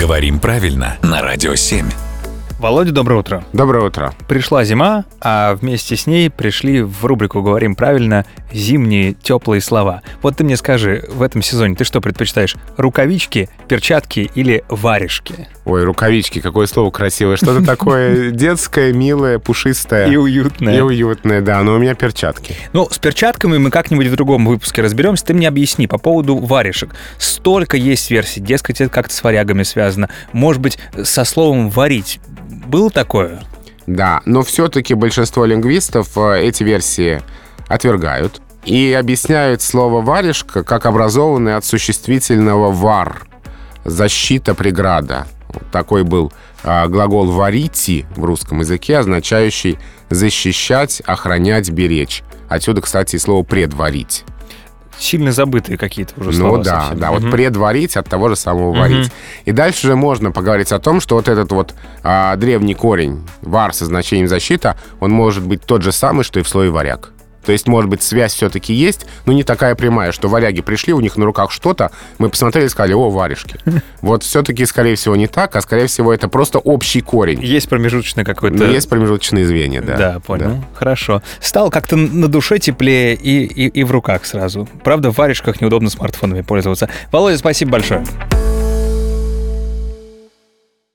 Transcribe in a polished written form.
Говорим правильно на Радио 7. Володя, доброе утро. Доброе утро. Пришла зима, а вместе с ней пришли в рубрику «Говорим правильно» зимние теплые слова. Вот ты мне скажи, в этом сезоне ты что предпочитаешь? Рукавички, перчатки или варежки? Ой, рукавички, какое слово красивое. Что-то такое детское, милое, пушистое. И уютное. И уютное, да. Но у меня перчатки. Ну, с перчатками мы как-нибудь в другом выпуске разберемся. Ты мне объясни по поводу варежек. Столько есть версий. Дескать, это как-то с варягами связано. Может быть, со словом «варить». Было такое? Да, но все-таки большинство лингвистов эти версии отвергают и объясняют слово «варежка» как образованное от существительного «вар» — защита, преграда. Вот такой был глагол «варити» в русском языке, означающий защищать, охранять, беречь. Отсюда, кстати, и слово «предварить». Сильно забытые какие-то уже слова. Ну да, совсем. да, вот предварить от того же самого варить. И дальше же можно поговорить о том, что вот этот вот древний корень «вар» со значением «защита», он может быть тот же самый, что и в слове «варяг». То есть, может быть, связь все-таки есть, но не такая прямая, что варяги пришли, у них на руках что-то, мы посмотрели и сказали: о, варежки. Вот все-таки, скорее всего, не так, а, скорее всего, это просто общий корень. Есть промежуточный какой-то... Есть промежуточные звенья, да. Да, понял. Да. Хорошо. Стало как-то на душе теплее и в руках сразу. Правда, в варежках неудобно смартфонами пользоваться. Володя, спасибо большое.